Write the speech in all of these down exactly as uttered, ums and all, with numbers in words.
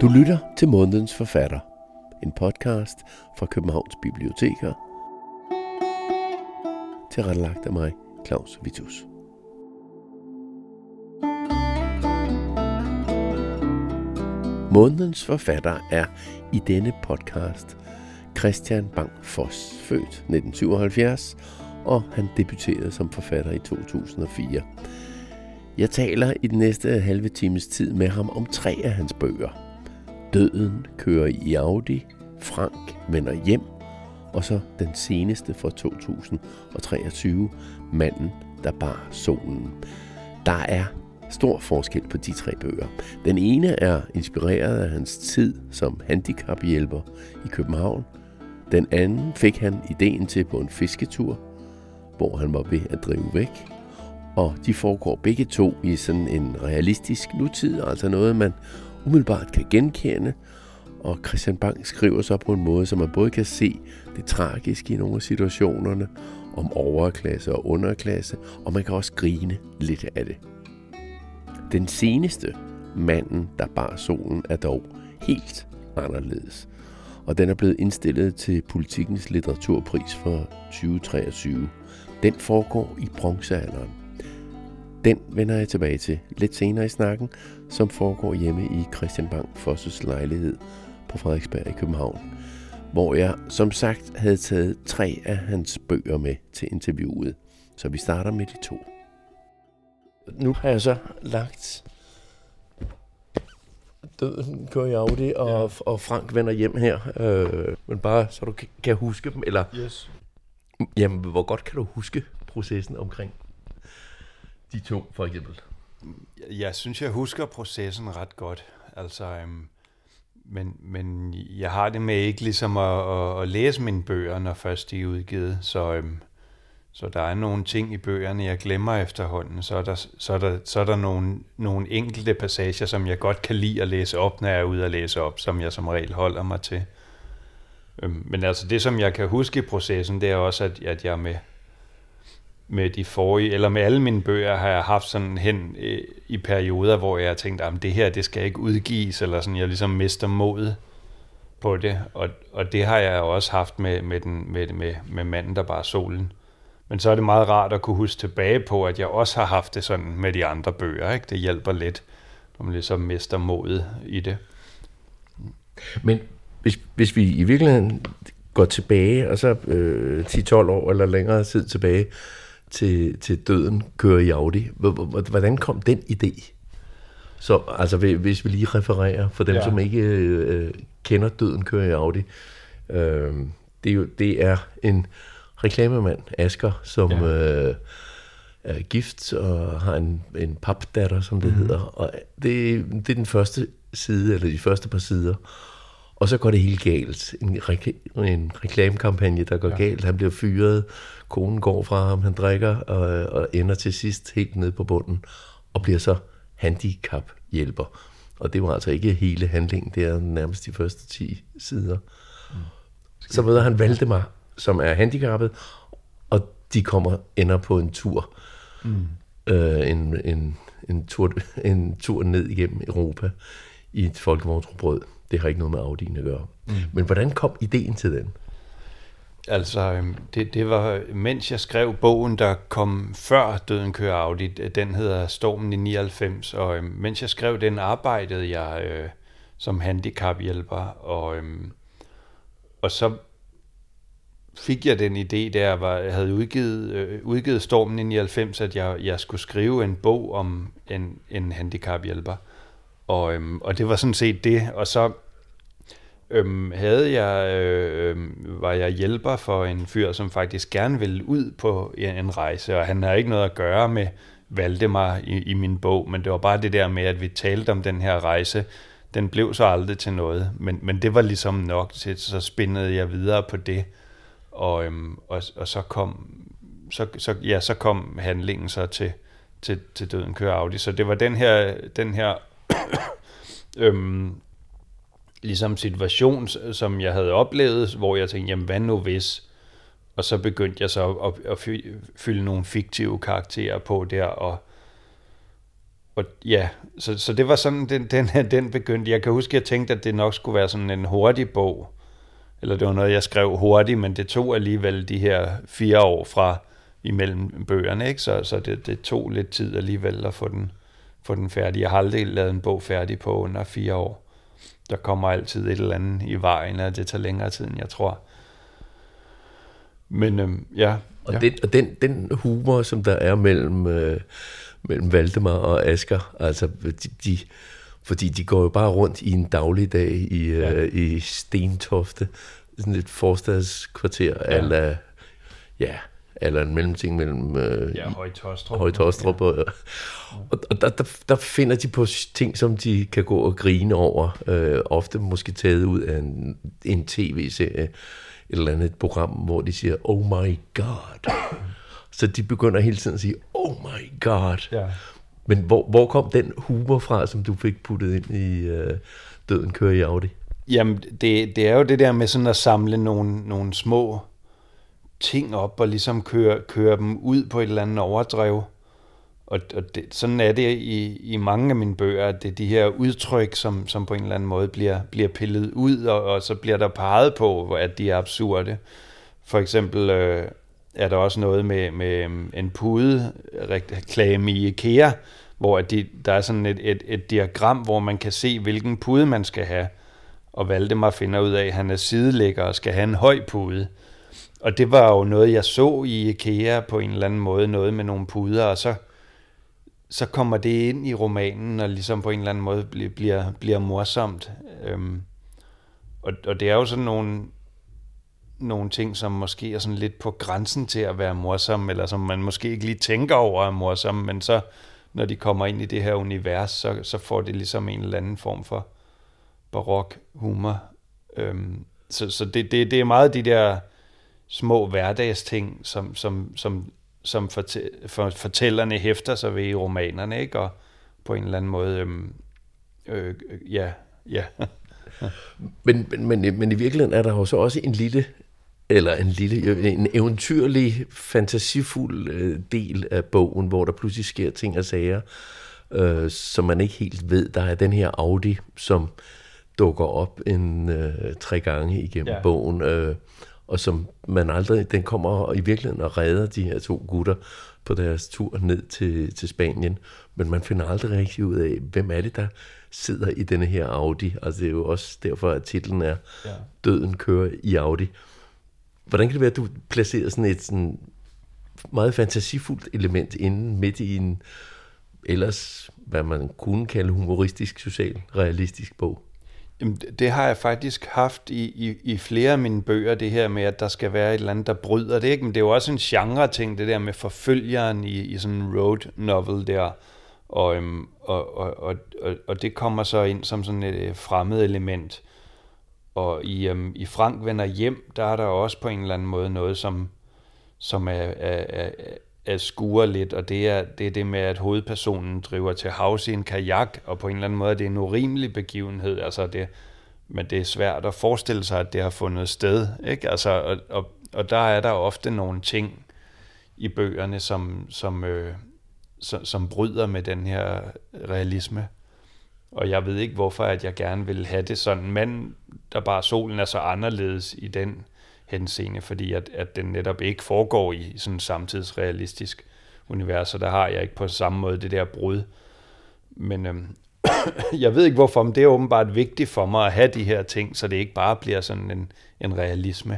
Du lytter til Månedens Forfatter, en podcast fra Københavns Biblioteker, tilrettelagt af mig, Claus Vittus. Månedens Forfatter er i denne podcast Christian Bang Foss, født nitten syvoghalvfjerds, og han debuterede som forfatter i to tusind og fire. Jeg taler i den næste halve times tid med ham om tre af hans bøger. Døden kører i Audi, Frank vender hjem, og så den seneste fra to tusind og treogtyve, Manden, der bar solen. Der er stor forskel på de tre bøger. Den ene er inspireret af hans tid som handicaphjælper i København. Den anden fik han ideen til på en fisketur, hvor han var ved at drive væk. Og de foregår begge to i sådan en realistisk nutid, altså noget, man umiddelbart kan genkende. Og Christian Bang skriver så på en måde, så man både kan se det tragiske i nogle af situationerne, om overklasse og underklasse, og man kan også grine lidt af det. Den seneste, Manden, der bar solen, er dog helt anderledes. Og den er blevet indstillet til Politikens litteraturpris for tyve treogtyve. Den foregår i bronzealderen. Den vender jeg tilbage til lidt senere i snakken, som foregår hjemme i Christian Bang Foss' lejlighed på Frederiksberg i København, hvor jeg som sagt havde taget tre af hans bøger med til interviewet. Så vi starter med de to. Nu har jeg så lagt Døden kører i Audi, og, ja. og Frank vender hjem her. Øh, men bare så du kan huske dem, eller yes. Jamen, hvor godt kan du huske processen omkring de to, for eksempel? Jeg synes, jeg husker processen ret godt. Altså, øhm, men, men jeg har det med ikke ligesom at, at, at læse mine bøger, når først de er udgivet. Så, øhm, så der er nogle ting i bøgerne, jeg glemmer efterhånden. Så er der, så er der, så er der nogle, nogle enkelte passager, som jeg godt kan lide at læse op, når jeg er ude at læse op, som jeg som regel holder mig til. Øhm, men altså det, som jeg kan huske i processen, det er også, at, at jeg med... med de forrige, eller med alle mine bøger, har jeg haft sådan hen øh, i perioder, hvor jeg har tænkt, at det her, det skal ikke udgives, eller sådan, jeg ligesom mister modet på det, og, og det har jeg også haft med, med, den, med, med, med Manden, der bar solen. Men så er det meget rart at kunne huske tilbage på, at jeg også har haft det sådan med de andre bøger, ikke? Det hjælper lidt, når man ligesom mister modet i det. Men hvis, hvis vi i virkeligheden går tilbage, og så øh, ti tolv år eller længere tid tilbage, Til, til Døden kører i Audi. Hvordan kom den idé? Så altså, hvis vi lige refererer for dem, ja. som ikke øh, kender Døden kører i Audi. Øh, det, er jo, det er en reklamemand, Asger, som ja. øh, er gift og har en, en papdatter, som det mm. hedder. Og det, det er den første side, eller de første par sider. Og så går det helt galt. En, rek- en reklamekampagne, der går ja. galt. Han bliver fyret. Konen går fra ham. Han drikker og, og ender til sidst helt nede på bunden. Og bliver så handicaphjælper. Og det var altså ikke hele handlingen. Det er nærmest de første ti sider. Mm. Så møder han Valdemar, som er handicappet. Og de kommer ender på en tur. Mm. Øh, en, en, en, tur en tur ned igennem Europa i et folkevognsrugbrød. Det har ikke noget med Audi'en at gøre. Mm. Men hvordan kom ideen til den? Altså, det, det var, mens jeg skrev bogen, der kom før Døden kører Audi, den hedder Stormen i nioghalvfems, og mens jeg skrev den, arbejdede jeg øh, som handicaphjælper, og, øh, og så fik jeg den idé, der jeg havde udgivet, øh, udgivet Stormen i nioghalvfems, at jeg, jeg skulle skrive en bog om en, en handicaphjælper. Og, øhm, og det var sådan set det, og så øhm, havde jeg, øh, var jeg hjælper for en fyr, som faktisk gerne ville ud på en, en rejse, og han havde ikke noget at gøre med Valdemar i, i min bog, men det var bare det der med, at vi talte om den her rejse. Den blev så aldrig til noget, men, men det var ligesom nok til, så spændede jeg videre på det, og, øhm, og, og så kom så, så, ja, så kom handlingen så til, til, til Døden kører Audi, så det var den her, den her øhm, ligesom situation, som jeg havde oplevet, hvor jeg tænkte, jamen hvad nu hvis? Og så begyndte jeg så at, at fylde nogle fiktive karakterer på der, og, og ja, så, så det var sådan, den, den, den begyndte. Jeg kan huske, jeg tænkte, at det nok skulle være sådan en hurtig bog, eller det var noget, jeg skrev hurtigt, men det tog alligevel de her fire år fra imellem bøgerne, ikke? Så, så det, det tog lidt tid alligevel at få den, få den færdig. Jeg har aldrig lavet en bog færdig på under fire år. Der kommer altid et eller andet i vejen, og det tager længere tid, end jeg tror. Men øhm, ja. Og, ja. Den, og den, den humor, som der er mellem, øh, mellem Valdemar og Asger, altså de, de, fordi de går jo bare rundt i en dagligdag i, ja. øh, i Stentofte, sådan et forstadskvarter, ja. Eller, ja, eller en mellemting mellem øh, ja, Høje-Taastrup. Høje-Taastrup ja. og, og, og der, der, der finder de på ting, som de kan gå og grine over, øh, ofte måske taget ud af en, en tv-serie, et eller andet program, hvor de siger, oh my god. Så de begynder hele tiden at sige, oh my god. Ja. Men hvor, hvor kom den humor fra, som du fik puttet ind i øh, Døden kører i Audi? Jamen, det, det er jo det der med sådan at samle nogle, nogle små ting op, og ligesom køre, køre dem ud på et eller andet overdrev. Og, og det, sådan er det i, i mange af mine bøger, at det er de her udtryk, som, som på en eller anden måde bliver, bliver pillet ud, og, og så bliver der peget på, at de er absurde. For eksempel øh, er der også noget med, med en pudereklame i IKEA, hvor de, der er sådan et, et, et diagram, hvor man kan se, hvilken pude man skal have. Og Valdemar finder ud af, at han er sidelægger og skal have en høj pude. Og det var jo noget, jeg så i IKEA på en eller anden måde, noget med nogle puder, og så, så kommer det ind i romanen, og ligesom på en eller anden måde bliver, bliver, bliver morsomt. Øhm, og, og det er jo sådan nogle, nogle ting, som måske er sådan lidt på grænsen til at være morsomme, eller som man måske ikke lige tænker over er morsomme, men så når de kommer ind i det her univers, så, så får det ligesom en eller anden form for barok humor. Øhm, så så det, det, det er meget de der små hverdagsting, som, som, som, som fortæ- for, fortællerne hæfter sig ved i romanerne, ikke? Og på en eller anden måde, øhm, øh, ja, ja. men, men, men, men i virkeligheden er der jo så også en lille, eller en lille, en eventyrlig, fantasifuld øh, del af bogen, hvor der pludselig sker ting og sager, øh, som man ikke helt ved. Der er den her Audi, som dukker op en øh, tre gange igennem ja. bogen, øh, og som man aldrig, den kommer i virkeligheden og redder de her to gutter på deres tur ned til, til Spanien, men man finder aldrig rigtig ud af, hvem er det, der sidder i denne her Audi. Altså det er jo også derfor, at titlen er ja. Døden kører i Audi. Hvordan kan det være, at du placerer sådan et sådan meget fantasifuldt element inde midt i en ellers, hvad man kunne kalde humoristisk, social, realistisk bog? Jamen, det har jeg faktisk haft i, i, i flere af mine bøger, det her med, at der skal være et eller andet, der bryder det, ikke? Men det er jo også en genre-ting, det der med forfølgeren i, i sådan en road novel der, og, øhm, og, og, og, og, og det kommer så ind som sådan et fremmed element. Og i, øhm, i Frank vender hjem, der er der også på en eller anden måde noget, som, som er, er, er, er skuer lidt, og det er, det er det med, at hovedpersonen driver til havs i en kajak, og på en eller anden måde det er en urimelig begivenhed, altså det, men det er svært at forestille sig, at det har fundet sted, ikke? Altså, og, og, og der er der ofte nogle ting i bøgerne, som, som, øh, som, som bryder med den her realisme. Og jeg ved ikke, hvorfor at jeg gerne vil have det sådan, men der bare solen er så anderledes i den henseende, fordi at, at den netop ikke foregår i sådan en samtidsrealistisk univers, og der har jeg ikke på samme måde det der brud. Men øhm, jeg ved ikke hvorfor, men det er åbenbart vigtigt for mig at have de her ting, så det ikke bare bliver sådan en, en realisme.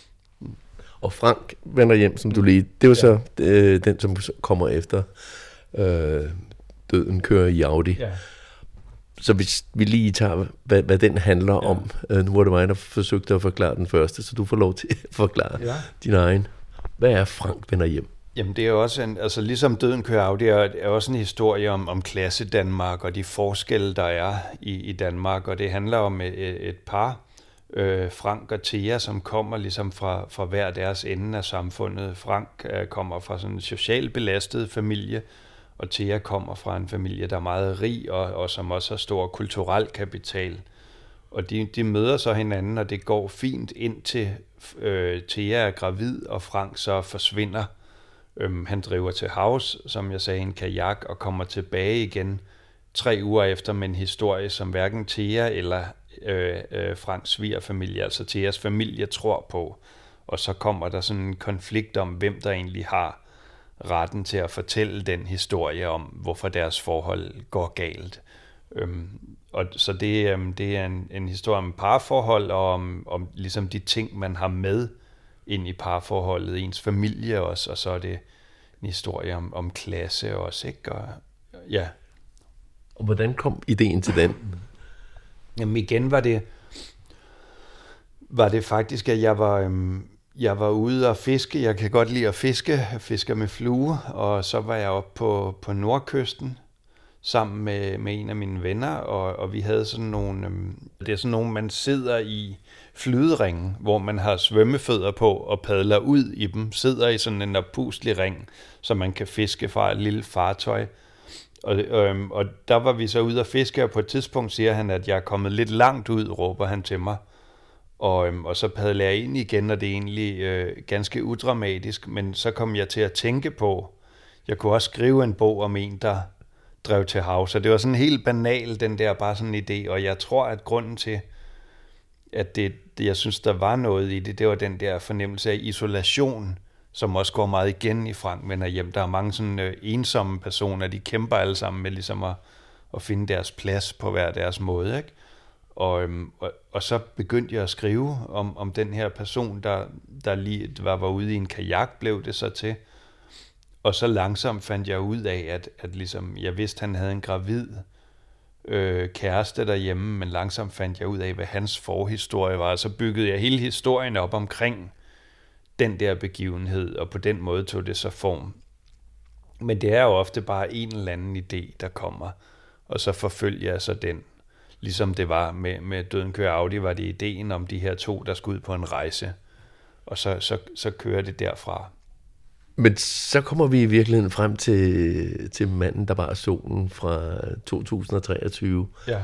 Og Frank vender hjem, som du lige, det var ja. så øh, den, som kommer efter øh, Døden kører i Audi. Ja. Så hvis vi lige tager, hvad, hvad den handler ja. om. Øh, nu var det mig, der forsøgte at forklare den første, så du får lov til at forklare ja. din egen. Hvad er Frank vender hjem? Jamen det er jo også en, altså ligesom Døden kører Audi er, er også en historie om, om klasse Danmark og de forskelle, der er i, i Danmark. Og det handler om et, et par, øh, Frank og Thea, som kommer ligesom fra, fra hver deres ende af samfundet. Frank øh, kommer fra sådan en socialt belastet familie, og Thea kommer fra en familie, der er meget rig, og, og som også har stor kulturel kapital. Og de, de møder så hinanden, og det går fint indtil øh, Thea er gravid, og Frank så forsvinder Øhm, han driver til havs, som jeg sagde, en kajak, og kommer tilbage igen tre uger efter med en historie, som hverken Thea eller øh, øh, Franks svigerfamilie, altså Theas familie, tror på. Og så kommer der sådan en konflikt om, hvem der egentlig har retten til at fortælle den historie om, hvorfor deres forhold går galt. Øhm, og så det, øhm, det er en, en historie om parforhold, og om, om ligesom de ting, man har med ind i parforholdet, ens familie også, og så er det en historie om, om klasse også, ikke? Og, ja. Og hvordan kom ideen til den? Jamen igen var det, var det faktisk, at jeg var, øhm, jeg var ude og fiske. Jeg kan godt lide at fiske. Jeg fisker med flue, og så var jeg oppe på, på nordkysten sammen med, med en af mine venner, og, og vi havde sådan nogle, øhm, det er sådan nogle, man sidder i flyderingen, hvor man har svømmefødder på og padler ud i dem, sidder i sådan en oppustelig ring, så man kan fiske fra et lille fartøj. Og, øhm, og der var vi så ude at fiske, og på et tidspunkt siger han, at jeg er kommet lidt langt ud, råber han til mig. Og, øhm, og så padler jeg ind igen, og det er egentlig øh, ganske udramatisk, men så kom jeg til at tænke på, jeg kunne også skrive en bog om en, der drev til havs, så det var sådan helt banal, den der bare sådan en idé, og jeg tror, at grunden til, at det, det, jeg synes, der var noget i det, det var den der fornemmelse af isolation, som også går meget igen i Frank vender hjem. Der er mange sådan øh, ensomme personer, de kæmper alle sammen med ligesom at, at finde deres plads på hver deres måde, ikke? Og, øhm, og, og så begyndte jeg at skrive om, om den her person, der, der lige var, var ude i en kajak, blev det så til. Og så langsomt fandt jeg ud af, at, at ligesom, jeg vidste, han havde en gravid øh, kæreste derhjemme, men langsomt fandt jeg ud af, hvad hans forhistorie var. Og så byggede jeg hele historien op omkring den der begivenhed, og på den måde tog det så form. Men det er jo ofte bare en eller anden idé, der kommer, og så forfølger jeg så den. Ligesom det var med, med Døden kører Audi, var det ideen om de her to, der skulle ud på en rejse, og så, så, så kører det derfra. Men så kommer vi i virkeligheden frem til, til Manden, der bar solen fra to tusind og treogtyve, ja.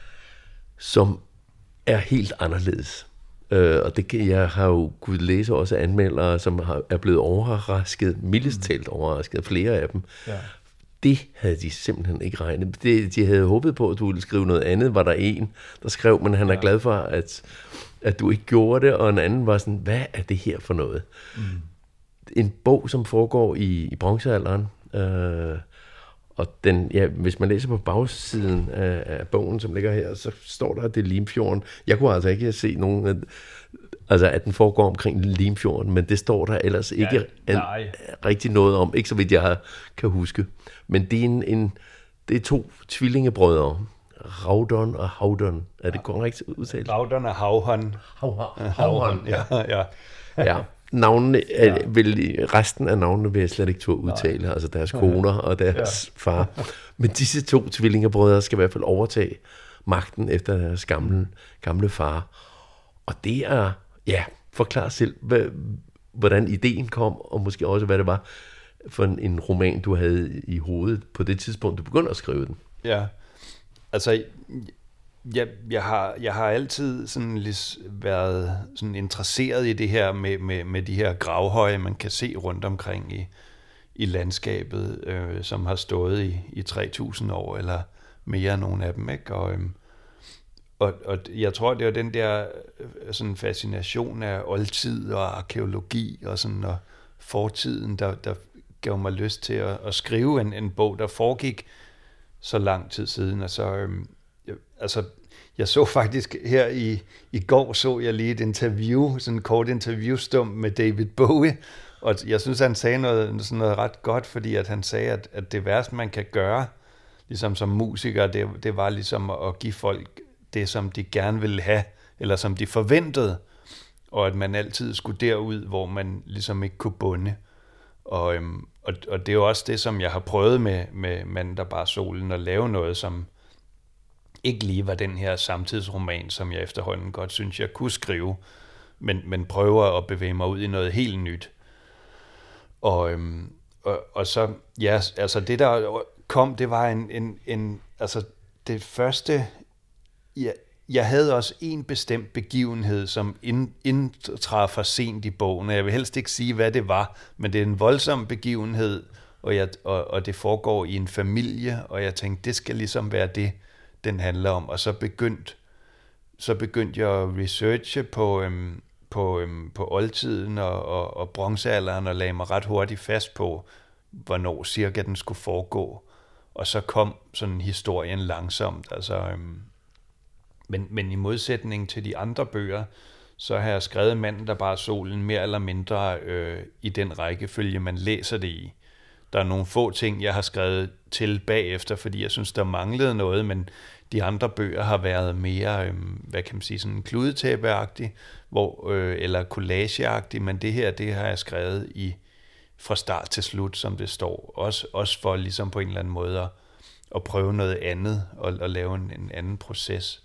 Som er helt anderledes. Uh, og det, jeg har jo kunnet læse også anmeldere, som har, er blevet overrasket, mildest talt overrasket, flere af dem. Ja. Det havde de simpelthen ikke regnet. Det, de havde håbet på, at du ville skrive noget andet. Var der en, der skrev, men han er ja. glad for, at, at du ikke gjorde det, og en anden var sådan, hvad er det her for noget? Mm. En bog, som foregår i, i bronzealderen, øh, og den, ja, hvis man læser på bagsiden af, af bogen, som ligger her, så står der, at det er Limfjorden. Jeg kunne altså ikke se nogen, altså at den foregår omkring Limfjorden, men det står der ellers ikke ja, en, rigtig noget om, ikke så vidt jeg kan huske. Men det er, en, en, det er to tvillingebrødre, Raudon og Haudon. Er det korrekt udtalt? Raudon og Havhånd. Havhånd, ja. ja. ja. Navnene, ja. vil, resten af navnene vil jeg slet ikke turde udtale, Nej. altså deres koner og deres ja. far. Men disse to tvillingebrødre skal i hvert fald overtage magten efter deres gamle, gamle far. Og det er, ja, forklar selv, hvad, hvordan ideen kom, og måske også, hvad det var for en, en roman, du havde i hovedet på det tidspunkt, du begyndte at skrive den. Ja, altså... Jeg, jeg, har, jeg har altid sådan lidt været sådan interesseret i det her med, med, med de her gravhøje, man kan se rundt omkring i, i landskabet, øh, som har stået i, i tre tusind år, eller mere af nogle af dem, ikke? Og, øh, og, og jeg tror, det var den der sådan fascination af oldtid og arkæologi og, sådan, og fortiden, der, der gav mig lyst til at, at skrive en, en bog, der foregik så lang tid siden, og så... Øh, Altså, jeg så faktisk her i, i går, så jeg lige et interview, sådan et kort interviewstum med David Bowie, og jeg synes, han sagde noget, sådan noget ret godt, fordi at han sagde, at, at det værste, man kan gøre, ligesom som musiker, det, det var ligesom at give folk det, som de gerne ville have, eller som de forventede, og at man altid skulle derud, hvor man ligesom ikke kunne bunde. Og, øhm, og, og det er jo også det, som jeg har prøvet med, med Manden, der bar solen, at lave noget, som ikke lige var den her samtidsroman, som jeg efterhånden godt synes, jeg kunne skrive, men, men prøver at bevæge mig ud i noget helt nyt. Og, øhm, og, og så, ja, altså det der kom, det var en, en, en altså det første, ja, jeg havde også en bestemt begivenhed, som ind, indtræffer sent i bogen, og jeg vil helst ikke sige, hvad det var, men det er en voldsom begivenhed, og, jeg, og, og det foregår i en familie, og jeg tænkte, det skal ligesom være det, den handler om, og så begyndte, så begyndte jeg at researche på, øhm, på, øhm, på oldtiden og, og, og bronzealderen, og lagde mig ret hurtigt fast på, hvornår cirka den skulle foregå, og så kom sådan historien langsomt, altså... Øhm, Men, men i modsætning til de andre bøger, så har jeg skrevet Manden, der bar solen mere eller mindre øh, i den rækkefølge, man læser det i. Der er nogle få ting, jeg har skrevet til bagefter, fordi jeg synes, der manglede noget, men de andre bøger har været mere, øh, hvad kan man sige, sådan kludetæppeagtig, hvor øh, eller collageagtig, men det her, det har jeg skrevet i fra start til slut, som det står. Også, også for ligesom på en eller anden måde at, at prøve noget andet og at lave en, en anden proces.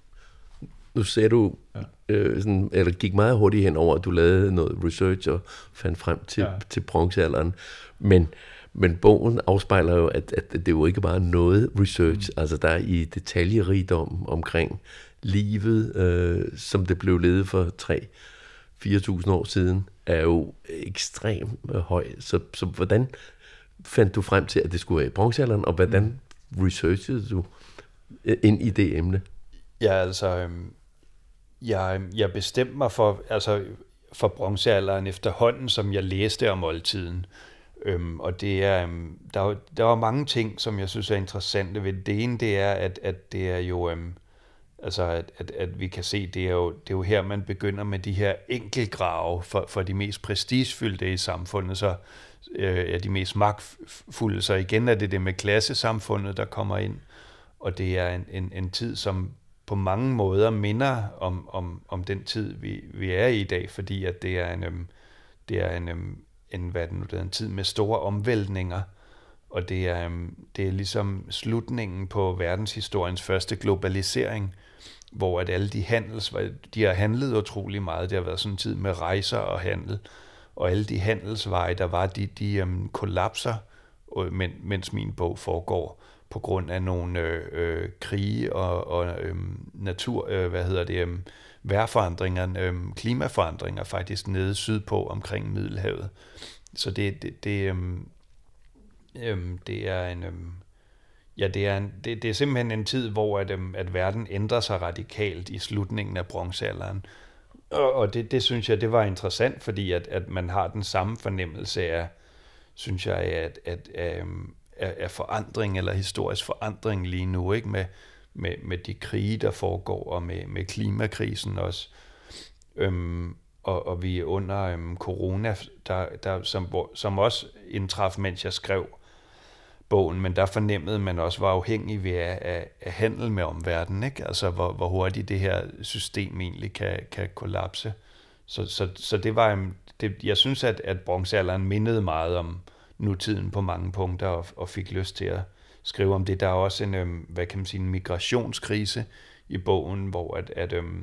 Nu sagde du, ja. øh, sådan, eller gik meget hurtigt hen over, at du lavede noget research og fandt frem til, ja. til bronzealderen, men, men bogen afspejler jo, at, at det jo ikke bare er noget research, mm. altså der er i detaljerigdom omkring livet, øh, som det blev levet for tre til fire tusind år siden, er jo ekstremt øh, høj. Så, så hvordan fandt du frem til, at det skulle være i bronzealderen, og hvordan mm. researchede du ind i det emne? Ja, altså... Øhm Jeg, jeg bestemte mig for, altså for bronzealderen efterhånden, som jeg læste om oldtiden. Øhm, og det er, øhm, der, der var mange ting, som jeg synes er interessante ved det. Det ene, det er, at, at det er jo, øhm, altså at, at, at vi kan se, det er, jo, det er jo her, man begynder med de her enkeltgrave for, for de mest prestigefyldte i samfundet, så øh, er de mest magtfulde. Så igen er det det med klassesamfundet, der kommer ind. Og det er en, en, en tid, som på mange måder minder om, om, om den tid, vi, vi er i i dag, fordi at det er en, øhm, det er en, øhm, en, hvad det nu, det er en tid med store omvæltninger, og det er, øhm, det er ligesom slutningen på verdenshistoriens første globalisering, hvor at alle de handels, de har handlet utrolig meget. Det har været sådan en tid med rejser og handel, og alle de handelsveje, der var, de, de øhm, kollapser, mens min bog foregår, på grund af nogle øh, øh, krige og, og øh, natur, øh, hvad hedder det, øh, vejrforandringer, øh, klimaforandringer faktisk nede sydpå omkring Middelhavet. Så det, det, det, øh, øh, det er en, øh, ja, det er en, det, det er simpelthen en tid, hvor at, øh, at verden ændrer sig radikalt i slutningen af bronzealderen. Og, og det, det synes jeg, det var interessant, fordi at, at man har den samme fornemmelse af, synes jeg, at, at, at af forandring eller historisk forandring lige nu, ikke? Med, med, med de krige, der foregår, og med, med klimakrisen også. Øhm, og, og vi er under øhm, corona, der, der, som, som også indtraf, mens jeg skrev bogen, men der fornemmede man også, hvor afhængig vi er af, af handel med omverdenen, ikke? Altså hvor, hvor hurtigt det her system egentlig kan, kan kollapse. Så, så, så det var, det, jeg synes, at, at bronzealderen mindede meget om nutiden på mange punkter, og, og fik lyst til at skrive om det. Der er også en, øhm, hvad kan man sige, en migrationskrise i bogen, hvor at, at, øhm,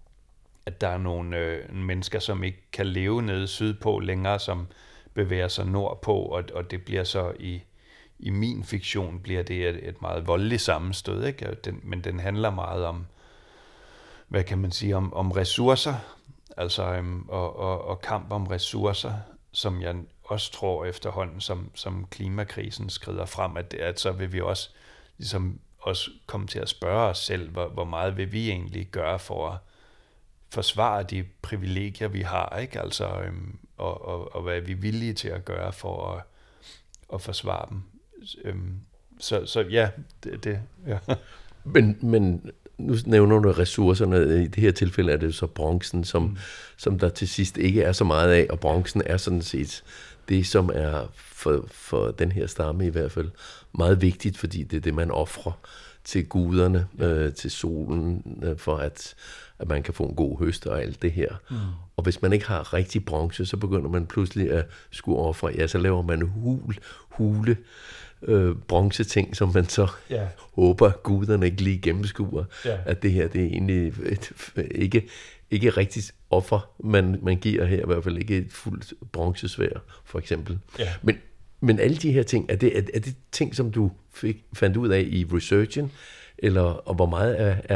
at der er nogle øh, mennesker, som ikke kan leve nede sydpå længere, som bevæger sig nordpå, og, og det bliver så i, i min fiktion bliver det et, et meget voldeligt sammenstød, ikke? Den, men den handler meget om, hvad kan man sige, om, om ressourcer, altså øhm, og, og, og kamp om ressourcer, som jeg også tror efterhånden, som, som klimakrisen skrider frem, at, at så vil vi også, ligesom, også komme til at spørge os selv, hvor, hvor meget vil vi egentlig gøre for at forsvare de privilegier, vi har, ikke? Altså, øhm, og, og, og hvad er vi villige til at gøre for at, at forsvare dem. Øhm, så, så ja, det, det ja. Men, men nu nævner du ressourcerne. I det her tilfælde er det så bronzen, som, mm. som der til sidst ikke er så meget af, og bronzen er sådan set det, som er for, for den her stamme i hvert fald meget vigtigt, fordi det er det, man offrer til guderne, øh, til solen, øh, for at, at man kan få en god høst og alt det her. Mm. Og hvis man ikke har rigtig bronze, så begynder man pludselig at skulle ofre, ja, så laver man hul, hule, øh, bronzeting, som man så yeah. håber, guderne ikke lige gennemskuer, yeah. at det her, det er egentlig et, ikke, ikke rigtigt offer, man, man giver her, i hvert fald ikke et fuldt bronzesværd, for eksempel. Yeah. Men, men alle de her ting, er det, er, er det ting, som du fik, fandt ud af i researchen, eller og hvor meget er, er,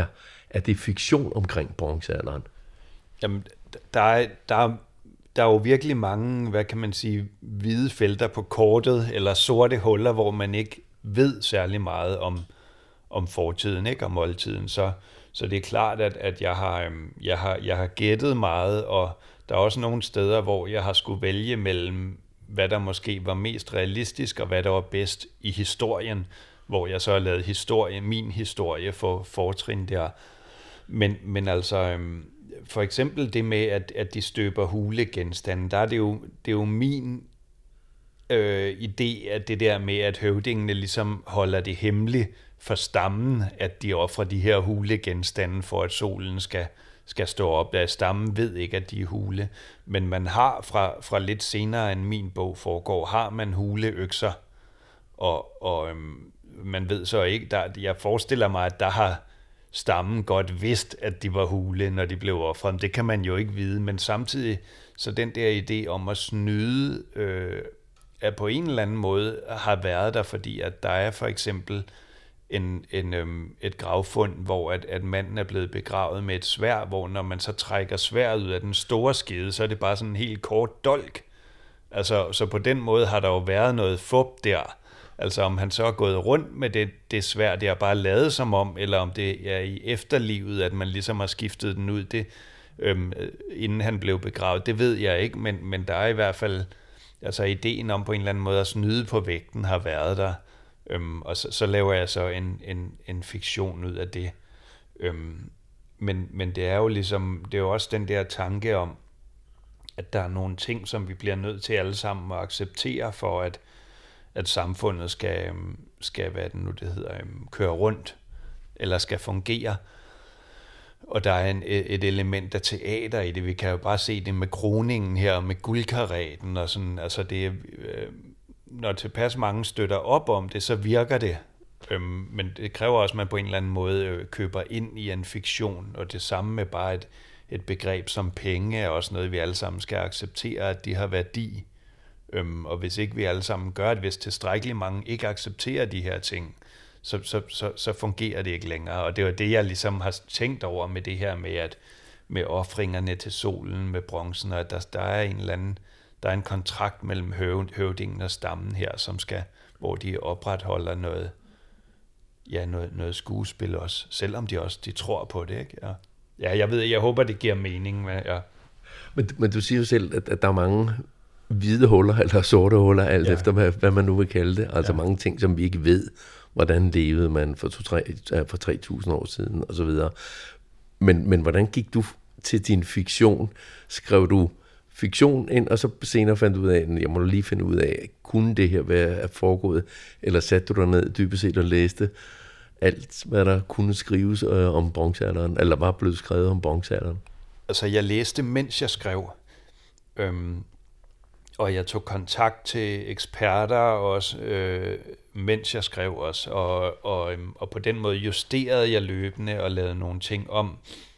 er det fiktion omkring bronzealderen? Jamen, der er, der, er, der er jo virkelig mange, hvad kan man sige, hvide felter på kortet, eller sorte huller, hvor man ikke ved særlig meget om, om fortiden, ikke? Om oldtiden. Så, så det er klart, at, at jeg, har, jeg, har, jeg har gættet meget, og der er også nogle steder, hvor jeg har skulle vælge mellem, hvad der måske var mest realistisk, og hvad der var bedst i historien, hvor jeg så har lavet historie, min historie for fortrin der. Men, men altså, for eksempel det med, at, at de støber hulegenstande, der er det jo, det er jo min øh, idé, at det der med, at høvdingene ligesom holder det hemmeligt for stammen, at de offrer de her hulegenstande, for at solen skal, skal stå op. Der stammen ved ikke, at de er hule, men man har fra, fra lidt senere end min bog foregår, har man huleøkser, og, og øhm, man ved så ikke, der, jeg forestiller mig, at der har stammen godt vidst, at de var hule, når de blev offret. Det kan man jo ikke vide, men samtidig, så den der idé om at snyde, øh, er på en eller anden måde har været der, fordi at der er for eksempel en, en, øhm, et gravfund, hvor at, at manden er blevet begravet med et sværd, hvor når man så trækker sværdet ud af den store skede, så er det bare sådan en helt kort dolk. Altså, så på den måde har der jo været noget fup der. Altså om han så er gået rundt med det, det sværd, det er bare lavet som om, eller om det er i efterlivet, at man ligesom har skiftet den ud, det, øhm, inden han blev begravet, det ved jeg ikke, men, men der er i hvert fald, altså ideen om på en eller anden måde at snyde på vægten har været der, øhm, og så, så laver jeg så en, en, en fiktion ud af det. Øhm, men, men det er jo ligesom, det er jo også den der tanke om, at der er nogle ting, som vi bliver nødt til alle sammen at acceptere for, at at samfundet skal, skal hvad det nu det hedder, køre rundt, eller skal fungere. Og der er en, et element af teater i det. Vi kan jo bare se det med kroningen her, med guldkaretten og sådan. Altså det, øh, når tilpas mange støtter op om det, så virker det. Øhm, men det kræver også, at man på en eller anden måde øh, køber ind i en fiktion, og det samme med bare et, et begreb som penge er også noget, vi alle sammen skal acceptere, at de har værdi. Øhm, og hvis ikke vi alle sammen gør det, hvis tilstrækkeligt mange ikke accepterer de her ting, så, så, så, så fungerer det ikke længere. Og det var det, jeg ligesom har tænkt over med det her med, at med ofringerne til solen, med bronzen, og at der, der er en eller anden, der er en kontrakt mellem høv, høvdingen og stammen her, som skal, hvor de opretholder noget, ja, noget, noget skuespil også, selvom de også de tror på det, ikke? Ja, ja jeg ved, jeg håber, det giver mening. Men, ja. men, men du siger jo selv, at, at der er mange hvide huller eller sorte huller, alt ja. efter hvad, hvad man nu vil kalde det. Altså ja. mange ting, som vi ikke ved, hvordan levede man for, to, tre, for tre tusind år siden og så videre. Men, men hvordan gik du til din fiktion? Skrev du fiktion ind, og så senere fandt du ud af, at jeg må lige finde ud af, kunne det her være foregået? Eller satte du dig ned dybest set og læste alt, hvad der kunne skrives øh, om bronzealderen, eller var blevet skrevet om bronzealderen? Altså, jeg læste, mens jeg skrev. Øhm Og jeg tog kontakt til eksperter også, øh, mens jeg skrev også, og, og, og på den måde justerede jeg løbende og lavede nogle ting om,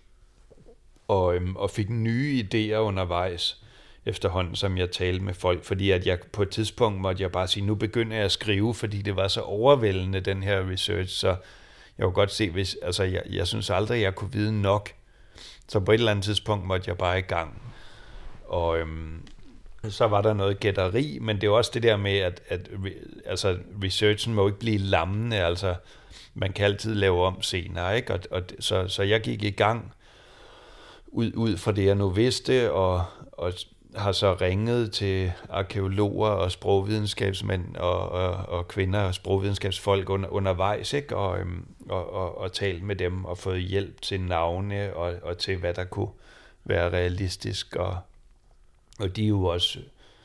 og, og fik nye idéer undervejs efterhånden, som jeg talte med folk, fordi at jeg på et tidspunkt måtte jeg bare sige, nu begynder jeg at skrive, fordi det var så overvældende, den her research, så jeg kunne godt se, hvis, altså jeg, jeg synes aldrig, jeg kunne vide nok, så på et eller andet tidspunkt måtte jeg bare i gang, og øhm, så var der noget gætteri, men det er også det der med, at, at altså, researchen må ikke blive lammende, altså man kan altid lave om senere, ikke? Og, og, så, så jeg gik i gang ud, ud fra det, jeg nu vidste, og, og har så ringet til arkæologer og sprogvidenskabsmænd og, og, og kvinder og sprogvidenskabsfolk under, undervejs, ikke? Og, og, og, og talt med dem og fået hjælp til navne og, og til, hvad der kunne være realistisk, og Og de er jo også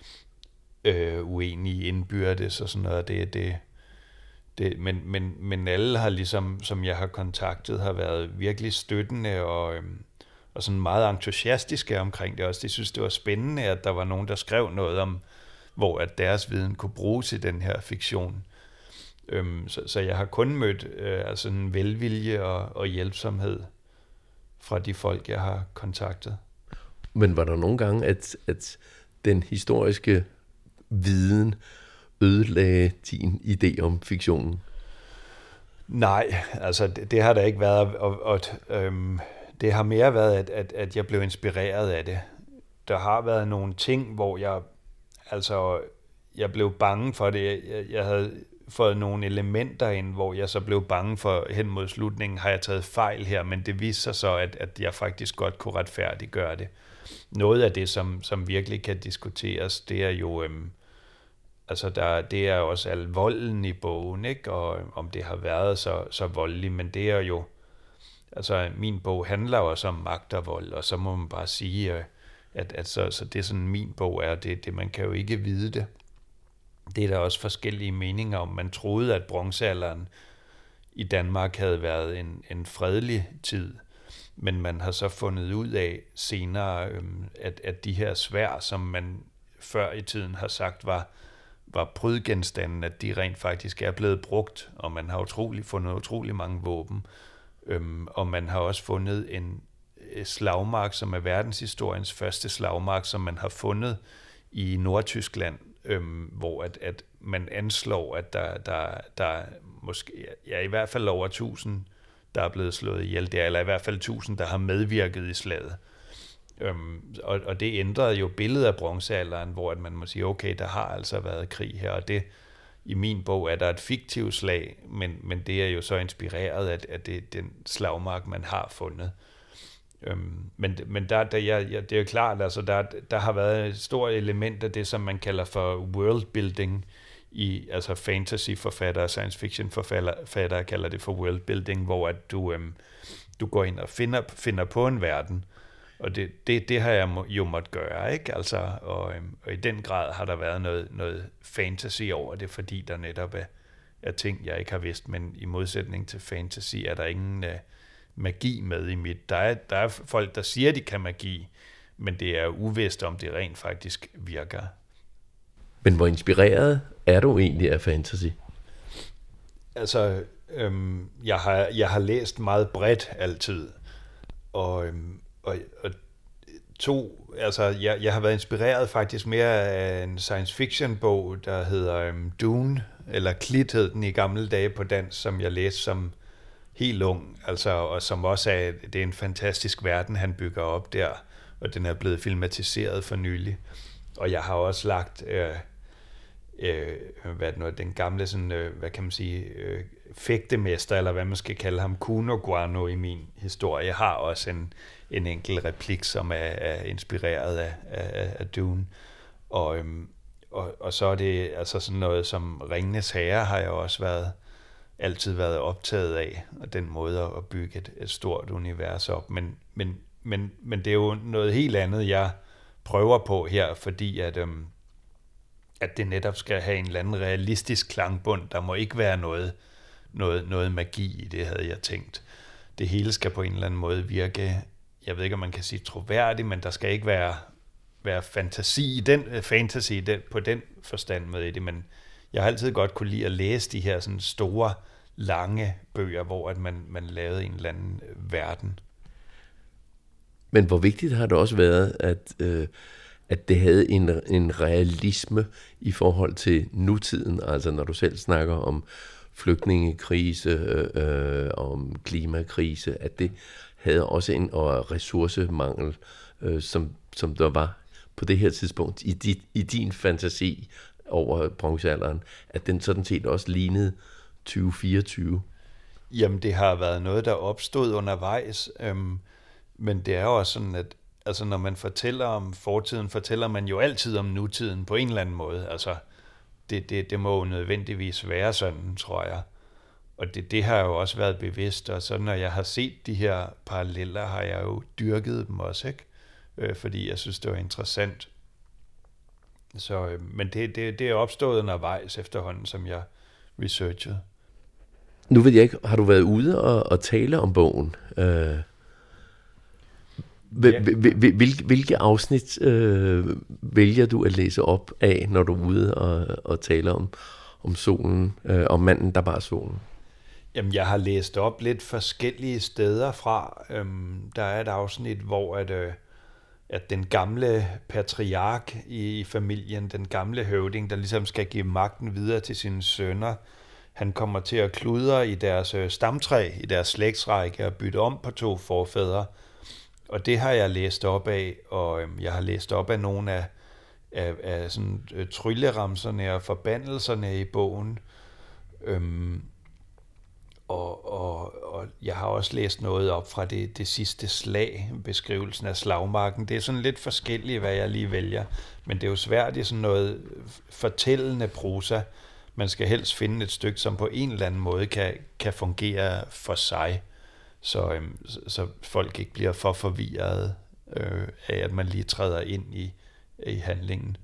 øh, uenige indbyrdes og sådan noget. Det, det, det, men, men, men alle har ligesom, som jeg har kontaktet, har været virkelig støttende og, øhm, og sådan meget entusiastiske omkring det også. De synes, det var spændende, at der var nogen, der skrev noget om, hvor at deres viden kunne bruges i den her fiktion. Øhm, så, så jeg har kun mødt øh, altså en velvilje og, og hjælpsomhed fra de folk, jeg har kontaktet. Men var der nogle gange, at, at den historiske viden ødelagde din idé om fiktionen? Nej, altså det, det har der ikke været, og, og øhm, det har mere været, at, at, at jeg blev inspireret af det. Der har været nogle ting, hvor jeg, altså, jeg blev bange for det. Jeg, jeg havde fået nogle elementer ind, hvor jeg så blev bange for, hen mod slutningen, har jeg taget fejl her, men det viste sig så, at, at jeg faktisk godt kunne retfærdiggøre det. Noget af det, som, som virkelig kan diskuteres, det er jo, øhm, altså der, det er også al volden i bogen, ikke? Og om det har været så, så voldeligt, men det er jo, altså min bog handler også om magt og vold, og så må man bare sige, at, at så, så det sådan min bog er, det, det man kan jo ikke vide det. Det er der også forskellige meninger om. Man troede, at bronzealderen i Danmark havde været en, en fredelig tid, men man har så fundet ud af senere, øhm, at, at de her sværd, som man før i tiden har sagt var, var prydgenstanden, at de rent faktisk er blevet brugt, og man har utrolig, fundet utrolig mange våben. Øhm, og man har også fundet en slagmark, som er verdenshistoriens første slagmark, som man har fundet i Nordtyskland, øhm, hvor at, at man anslår, at der, der, der måske, ja, i hvert fald over tusind, der er blevet slået ihjel der, eller i hvert fald tusind, der har medvirket i slaget. Øhm, og, og det ændrede jo billedet af bronzealderen, hvor at man må sige, okay, der har altså været krig her, og det i min bog er der et fiktivt slag, men, men det er jo så inspireret af, af det, den slagmark, man har fundet. Øhm, men men der, der, ja, ja, det er jo klart, altså der, der har været et stort element af det, som man kalder for worldbuilding, i, altså fantasy-forfattere, science fiction-forfattere kalder det for worldbuilding, hvor at du, øhm, du går ind og finder, finder på en verden, og det, det, det har jeg må, jo måttet gøre, ikke? Altså, og, øhm, og i den grad har der været noget, noget fantasy over det, fordi der netop er, er ting, jeg ikke har vidst, men i modsætning til fantasy er der ingen uh, magi med i mit. Der er, der er folk, der siger, de kan magi, men det er uvist, om det rent faktisk virker. Men hvor inspireret er du egentlig af fantasy? Altså, øhm, jeg, har, jeg har læst meget bredt altid, og, øhm, og, og to, altså, jeg, jeg har været inspireret faktisk mere af en science fiction bog, der hedder øhm, Dune, eller Klit hed den i gamle dage på dansk, som jeg læste som helt ung, altså, og som også er, det er en fantastisk verden, han bygger op der, og den er blevet filmatiseret for nylig. Og jeg har også lagt øh, øh, hvad det nu, den gamle, sådan, øh, hvad kan man sige, øh, fægtemester, eller hvad man skal kalde ham, Kuno Guano i min historie. Jeg har også en, en enkelt replik, som er, er inspireret af, af, af Dune. Og, øhm, og, og så er det altså sådan noget som Ringenes Herre har jeg også været, altid været optaget af, og den måde at bygge et, et stort univers op. Men, men, men, men det er jo noget helt andet, jeg prøver på her, fordi at, øhm, at det netop skal have en eller anden realistisk klangbund. Der må ikke være noget, noget, noget magi i det, havde jeg tænkt. Det hele skal på en eller anden måde virke, jeg ved ikke, om man kan sige troværdigt, men der skal ikke være, være fantasi i den, fantasy i den, på den forstand med i det, men jeg har altid godt kunne lide at læse de her sådan store, lange bøger, hvor at man, man lavede en eller anden verden. Men hvor vigtigt har det også været, at, øh, at det havde en, en realisme i forhold til nutiden, altså når du selv snakker om flygtningekrise, øh, om klimakrise, at det havde også en og ressourcemangel, øh, som, som der var på det her tidspunkt i, dit, i din fantasi over bronzealderen, at den sådan set også lignede tyve fireogtyve. Jamen, det har været noget, der opstod undervejs, øhm, men det er jo også sådan, at altså, når man fortæller om fortiden, fortæller man jo altid om nutiden på en eller anden måde. Altså, det, det, det må jo nødvendigvis være sådan, tror jeg. Og det, det har jo også været bevidst, og så når jeg har set de her paralleller, har jeg jo dyrket dem også, ikke? Øh, fordi jeg synes, det var interessant. Så, øh, men det, det, det er opstået undervejs efterhånden, som jeg researchede. Nu ved jeg ikke, har du været ude og, og tale om bogen? Øh, hvil, ja. hvil, hvilke afsnit øh, vælger du at læse op af, når du er ude og, og taler om, om solen, øh, om manden, der bar solen? Jamen, jeg har læst op lidt forskellige steder fra. Øhm, der er et afsnit, hvor at, øh, at den gamle patriark i familien, den gamle høvding, der ligesom skal give magten videre til sine sønner, han kommer til at kludre i deres øh, stamtræ, i deres slægtsrække og bytte om på to forfædre. Og det har jeg læst op af, og øh, jeg har læst op af nogle af, af, af sådan, øh, trylleramserne og forbandelserne i bogen. Øhm, og, og, og jeg har også læst noget op fra det, det sidste slag, beskrivelsen af slagmarken. Det er sådan lidt forskelligt, hvad jeg lige vælger, men det er jo svært i sådan noget fortællende prosa. Man skal helst finde et stykke, som på en eller anden måde kan, kan fungere for sig, så, øhm, så, så folk ikke bliver for forvirrede øh, af, at man lige træder ind i, i handlingen.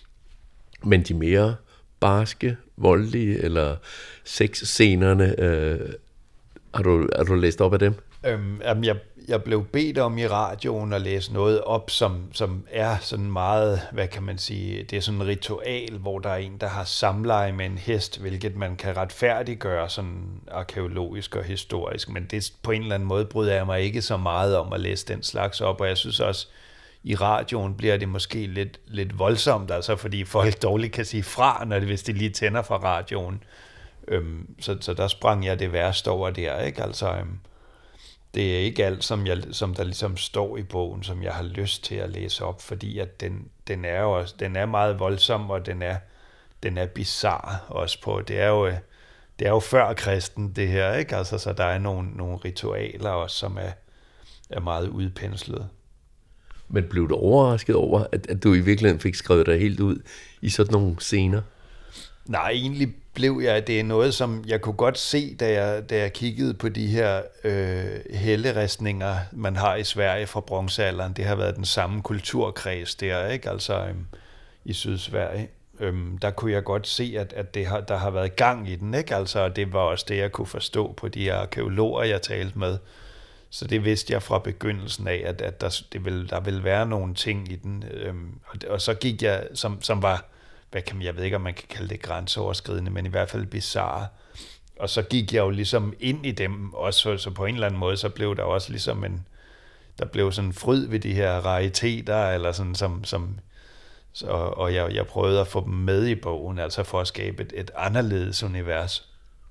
Men de mere barske, voldelige eller sexscenerne, øh, har, du, har du læst op af dem? Øhm, jamen jeg, jeg blev bedt om i radioen at læse noget op, som, som er sådan meget, hvad kan man sige, det er sådan en ritual, hvor der er en, der har samleje med en hest, hvilket man kan retfærdiggøre sådan arkæologisk og historisk, men det på en eller anden måde bryder jeg mig ikke så meget om at læse den slags op, og jeg synes også, i radioen bliver det måske lidt, lidt voldsomt, altså fordi folk dårligt kan sige fra, når det, hvis de lige tænder fra radioen. Øhm, så, så der sprang jeg det værste over der, ikke? Altså, øhm, det er ikke alt, som, jeg, som der ligesom står i bogen, som jeg har lyst til at læse op, fordi at den, den er jo også, den er meget voldsom, og den er, den er bizarre også på. Det er jo, det er jo før kristen, det her, ikke? Altså, så der er nogle, nogle ritualer også, som er, er meget udpenslet. Men blev du overrasket over, at, at du i virkeligheden fik skrevet dig helt ud i sådan nogle scener? Nej, egentlig blev jeg, det er noget, som jeg kunne godt se, da jeg, da jeg kiggede på de her øh, helleristninger, man har i Sverige fra bronzealderen. Det har været den samme kulturkreds der, ikke? Altså øhm, i Sydsverige. Øhm, der kunne jeg godt se, at, at det har, der har været gang i den, ikke? Altså, det var også det, jeg kunne forstå på de her arkæologer, jeg talte med. Så det vidste jeg fra begyndelsen af, at, at der, det ville, der ville være nogle ting i den. Øhm, og, og så gik jeg, som, som var, hvad kan man, jeg ved ikke, om man kan kalde det grænseoverskridende, men i hvert fald bizarre. Og så gik jeg jo ligesom ind i dem også, så på en eller anden måde, så blev der også ligesom en, der blev sådan en fryd ved de her rariteter, eller sådan som, som så, og jeg, jeg prøvede at få dem med i bogen, altså for at skabe et, et anderledes univers.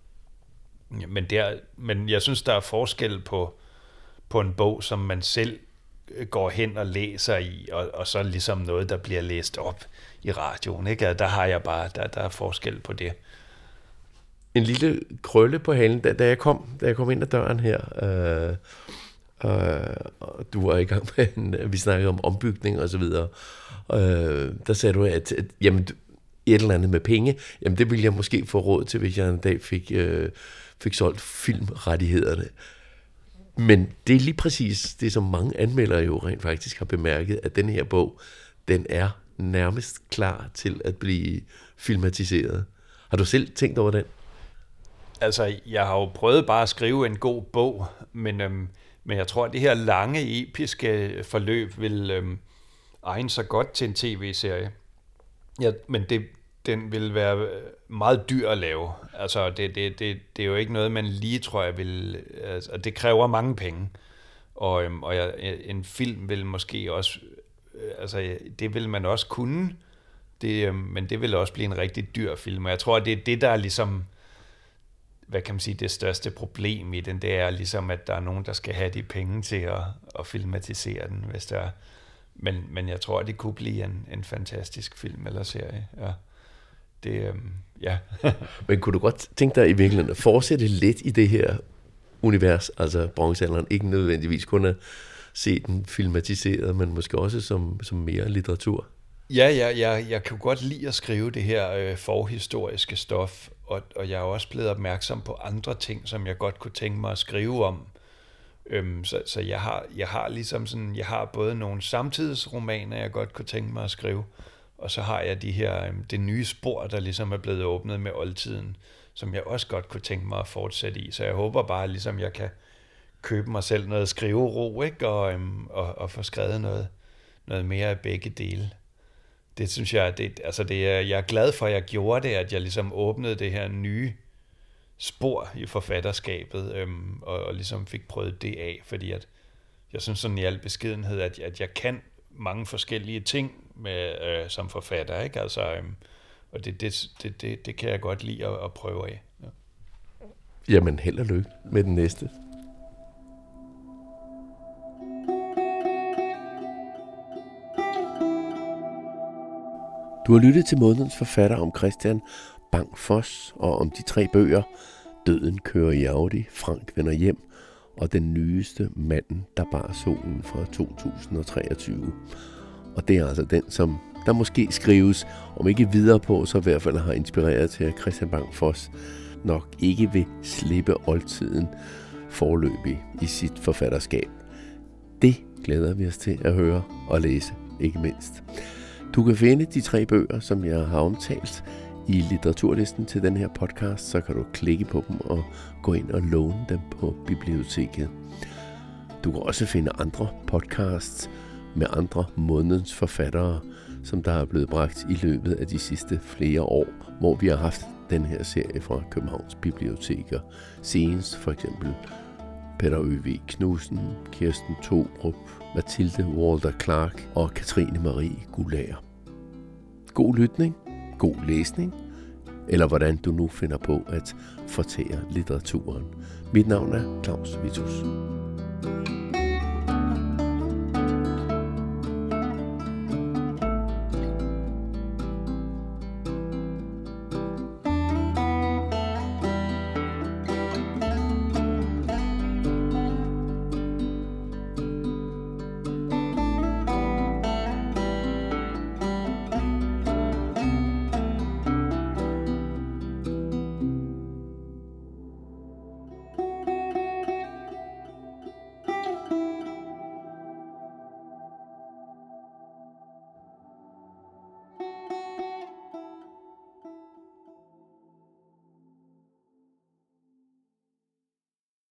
Men, der, men jeg synes, der er forskel på, på en bog, som man selv går hen og læser i, og, og så ligesom noget, der bliver læst op i radioen, ikke? Der har jeg bare, der, der er forskel på det. En lille krølle på halen, da, da jeg kom, da jeg kom ind ad døren her, øh, øh, og du var i gang med en, vi snakkede om ombygning og så videre, øh, der sagde du, at, at jamen, et eller andet med penge, jamen det ville jeg måske få råd til, hvis jeg en dag fik, øh, fik solgt filmrettighederne. Men det er lige præcis det, som mange anmeldere jo rent faktisk har bemærket, at den her bog, den er nærmest klar til at blive filmatiseret. Har du selv tænkt over den? Altså, jeg har jo prøvet bare at skrive en god bog, men, øhm, men jeg tror, at det her lange, episke forløb vil øhm, egne sig godt til en tv-serie. Ja, men det, den vil være meget dyr at lave. Altså, det, det, det, det er jo ikke noget, man lige tror jeg vil... Altså, det kræver mange penge. Og, øhm, og jeg, en film vil måske også... Altså, det vil man også kunne, det, øhm, men det vil også blive en rigtig dyr film. Og jeg tror, det er det, der er ligesom... Hvad kan man sige, det største problem i den, det er ligesom, at der er nogen, der skal have de penge til at, at filmatisere den, hvis der er. Men, men jeg tror, det kunne blive en, en fantastisk film eller serie, ja. Det, øhm, ja. Men kunne du godt tænke dig i virkeligheden at fortsætte lidt i det her univers, altså bronzealderen, ikke nødvendigvis kun at se den filmatiseret, men måske også som, som mere litteratur? Ja, ja, jeg, jeg kan godt lide at skrive det her øh, forhistoriske stof, og, og jeg er også blevet opmærksom på andre ting, som jeg godt kunne tænke mig at skrive om. Øhm, så så jeg, har, jeg har ligesom sådan, jeg har både nogle samtidsromaner, jeg godt kunne tænke mig at skrive, og så har jeg de her, øhm, det nye spor, der ligesom er blevet åbnet med oldtiden, som jeg også godt kunne tænke mig at fortsætte i. Så jeg håber bare, ligesom jeg kan købe mig selv noget skrivero, ikke? Og, øhm, og, og få skrevet noget, noget mere af begge dele. Det synes jeg, det, altså det er, jeg er glad for, at jeg gjorde det, at jeg ligesom åbnede det her nye spor i forfatterskabet, øhm, og, og ligesom fik prøvet det af, fordi at jeg synes sådan i al beskedenhed, at, at jeg kan mange forskellige ting med, øh, som forfatter, ikke? Altså, øhm, og det, det, det, det, det kan jeg godt lide at, at prøve af. Ja. Jamen, held og lykke med den næste. Du har lyttet til månedens forfatter om Christian Bang Foss og om de tre bøger Døden kører i Audi, Frank vender hjem og den nyeste Manden, der bar solen fra to tusind og treogtyve. Og det er altså den, som der måske skrives, om ikke videre på, så i hvert fald har inspireret til, at Christian Bang Foss nok ikke vil slippe oldtiden forløbig i sit forfatterskab. Det glæder vi os til at høre og læse, ikke mindst. Du kan finde de tre bøger, som jeg har omtalt, i litteraturlisten til den her podcast, så kan du klikke på dem og gå ind og låne dem på biblioteket. Du kan også finde andre podcasts med andre månedens forfattere, som der er blevet bragt i løbet af de sidste flere år, hvor vi har haft den her serie fra Københavns Biblioteker. Senest for eksempel Peter Øvig Knudsen, Kirsten Thorup, Mathilde Walter Clark og Katrine Marie Gulager. God lytning, god læsning, eller hvordan du nu finder på at fortære litteraturen. Mit navn er Claus Vittus.